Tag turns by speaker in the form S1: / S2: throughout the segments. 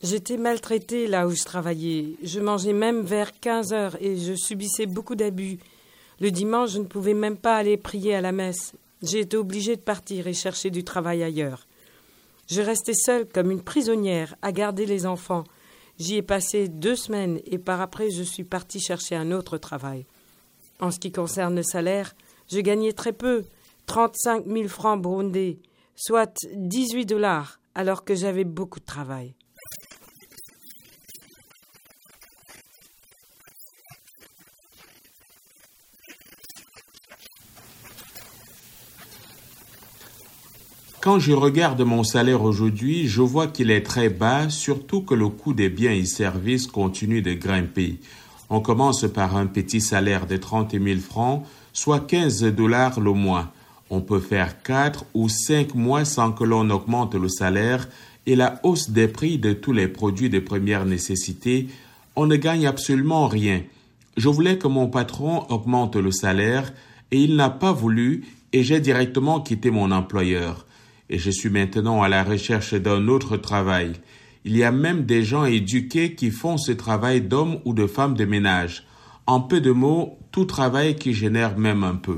S1: J'étais maltraitée là où je travaillais. Je mangeais même vers 15 heures et je subissais beaucoup d'abus. Le dimanche, je ne pouvais même pas aller prier à la messe. J'ai été obligée de partir et chercher du travail ailleurs. Je restais seule comme une prisonnière à garder les enfants. J'y ai passé 2 semaines et par après, je suis partie chercher un autre travail. En ce qui concerne le salaire, je gagnais très peu, 35 000 francs burundais, soit 18 $, alors que j'avais beaucoup de travail.
S2: Quand je regarde mon salaire aujourd'hui, je vois qu'il est très bas, surtout que le coût des biens et services continue de grimper. On commence par un petit salaire de 30 000 francs, soit 15 $ le mois. On peut faire 4 ou 5 mois sans que l'on augmente le salaire et la hausse des prix de tous les produits de première nécessité, on ne gagne absolument rien. Je voulais que mon patron augmente le salaire et il n'a pas voulu et j'ai directement quitté mon employeur. Et je suis maintenant à la recherche d'un autre travail. Il y a même des gens éduqués qui font ce travail d'hommes ou de femmes de ménage. En peu de mots, tout travail qui génère même un peu.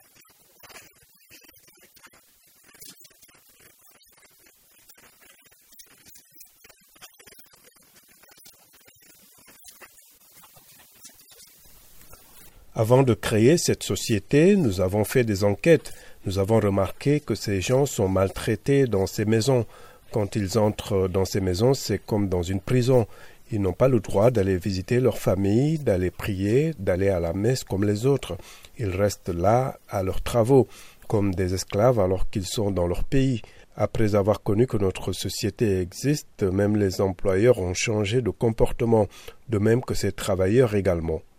S3: Avant de créer cette société, nous avons fait des enquêtes. Nous avons remarqué que ces gens sont maltraités dans ces maisons. Quand ils entrent dans ces maisons, c'est comme dans une prison. Ils n'ont pas le droit d'aller visiter leur famille, d'aller prier, d'aller à la messe comme les autres. Ils restent là à leurs travaux, comme des esclaves alors qu'ils sont dans leur pays. Après avoir connu que notre société existe, même les employeurs ont changé de comportement, de même que ces travailleurs également.